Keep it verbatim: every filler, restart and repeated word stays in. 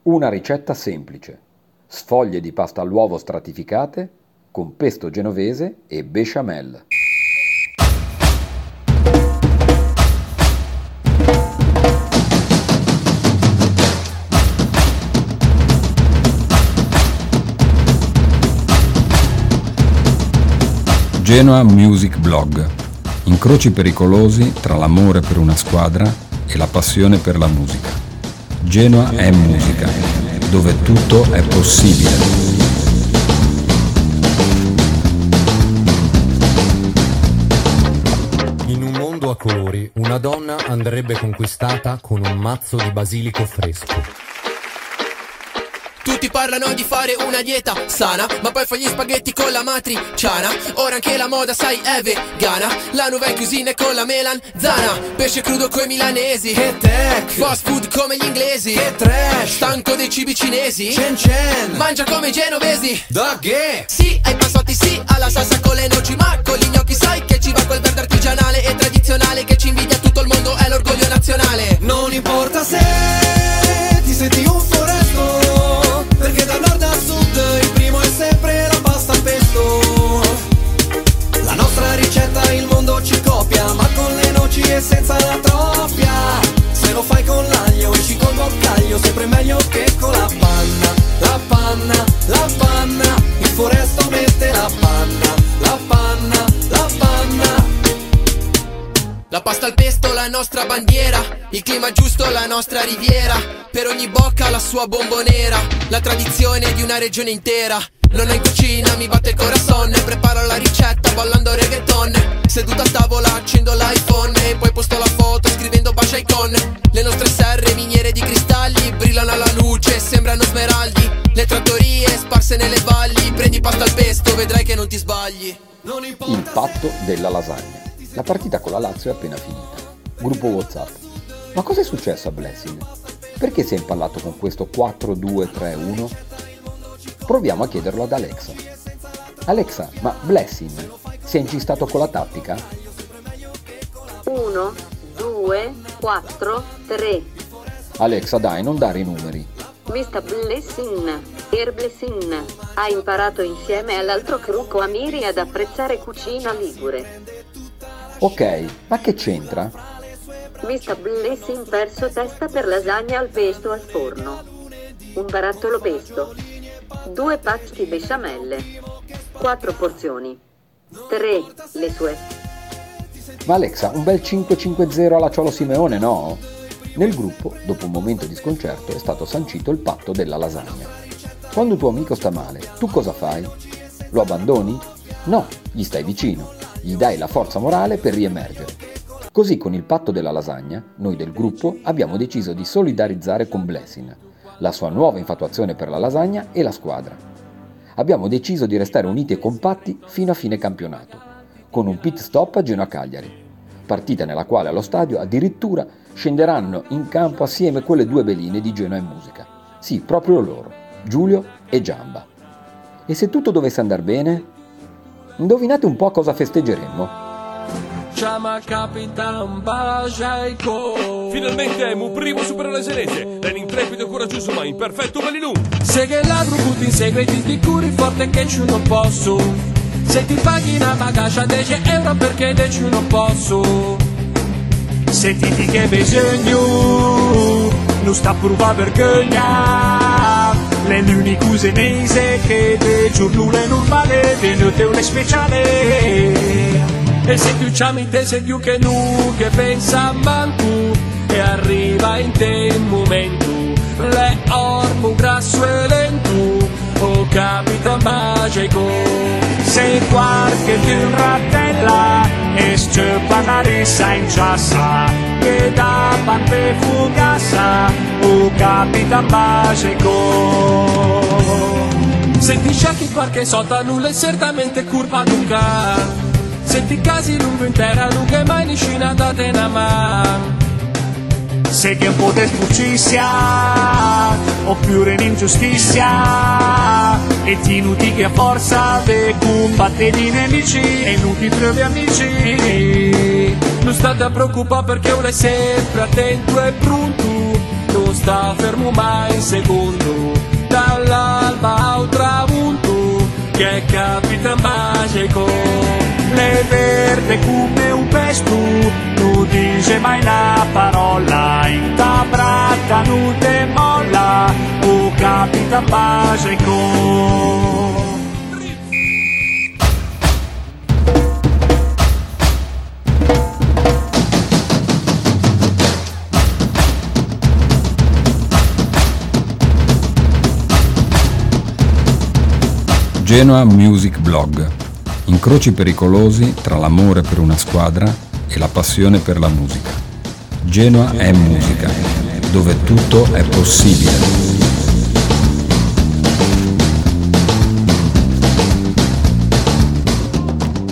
Una ricetta semplice: sfoglie di pasta all'uovo stratificate con pesto genovese e béchamel. Genoa Music Blog. Incroci pericolosi tra l'amore per una squadra e la passione per la musica. Genoa è musica, dove tutto è possibile. In un mondo a colori, una donna andrebbe conquistata con un mazzo di basilico fresco. Tutti parlano di fare una dieta sana, ma poi fai gli spaghetti con la matriciana. Ora anche la moda, sai, è vegana. La nouvelle cuisine con la melanzana. Pesce crudo coi milanesi. Che tech. Fast food come gli inglesi. Che trash. Stanco dei cibi cinesi. Cen cen. Mangia come i genovesi. Da che? Sì ai passotti, sì alla salsa con le noci, ma con gli gnocchi sai che ci va quel verde artigianale e tradizionale che ci invidia tutto il mondo, è l'orgoglio nazionale. Non importa se ti senti un foresto, perché da nord a sud il primo è sempre la pasta al pesto. La nostra ricetta il mondo ci copia, ma con le noci e senza la troppia. Se lo fai con l'aglio e ci col boccaglio, sempre meglio che con la panna. La panna, la panna, il foresto mette la panna. La panna, la panna. La pasta al pesto, la nostra bandiera. Il clima giusto, la nostra riviera. Per ogni bocca la sua bombonera. La tradizione di una regione intera. Non è in cucina, mi batte il corazon. Preparo la ricetta ballando reggaeton. Seduta a tavola, accendo l'iPhone e poi posto la foto scrivendo bacia icon. Le nostre serre, miniere di cristalli, brillano alla luce, sembrano smeraldi. Le trattorie sparse nelle valli. Prendi pasta al pesto, vedrai che non ti sbagli. Il patto della lasagna. La partita con la Lazio è appena finita. Gruppo WhatsApp. Ma cosa è successo a Blessing? Perché si è impallato con questo quattro due tre uno? Proviamo a chiederlo ad Alexa. Alexa, ma Blessing si è incistato con la tattica? uno, due, quattro, tre. Alexa, dai, non dare i numeri. mister Blessing, per Blessing, ha imparato insieme all'altro trucco Amiri ad apprezzare cucina ligure. Ok, ma che c'entra? mister Blessing perso testa per lasagna al pesto al forno. Un barattolo pesto. Due pacchi di besciamelle. Quattro porzioni. Tre le sue. Ma Alexa, un bel cinque cinque zero alla Ciolo Simeone, no? Nel gruppo, dopo un momento di sconcerto, è stato sancito il patto della lasagna. Quando un tuo amico sta male, tu cosa fai? Lo abbandoni? No, gli stai vicino. Gli dai la forza morale per riemergere. Così con il patto della lasagna, noi del gruppo abbiamo deciso di solidarizzare con Blessing, la sua nuova infatuazione per la lasagna e la squadra. Abbiamo deciso di restare uniti e compatti fino a fine campionato, con un pit stop a Genoa-Cagliari, partita nella quale allo stadio addirittura scenderanno in campo assieme quelle due beline di Genoa in musica. Sì, proprio loro, Giulio e Giamba. E se tutto dovesse andare bene? Indovinate un po' cosa festeggeremmo? Chiama Capitan Bajaico. Finalmente mu primo super lesenese. Ren intrepido e coraggioso ma imperfetto Malinu. Se che ladro butti in segreti ti curi forte che ci non posso. Se ti paghi una bagaglia dieci euro perché te ci non posso. Se ti dici che bisogno non sta a provare vergogna. Le uniche cose mese che te giorno è normale venuto una speciale. E se tu chiami te sei più che nu che pensa manco e arriva in te un momento le ormo grasso e lento o capita magico se qualche ti rattella e scappa una rissa in ciassa che da parte fugassa o capita magico. Se ti cerchi qualche sota nulla è certamente curva lunga. Se ti casi lungo intera, lunga e mai vicina da te una mano. Se che un po' di spurcizia, oppure un'ingiustizia, e ti noti che a forza di combattere i nemici, e non ti trovi amici. Non state a preoccupare perché uno è sempre attento e pronto, non sta fermo mai un secondo, dall'alba al tramonto, che capita magico. Le verde come un pesto, non dice mai una parola, in tabrata non te molla, o capita magico. Genoa Music Blog. Incroci pericolosi tra l'amore per una squadra e la passione per la musica. Genoa è musica, dove tutto è possibile.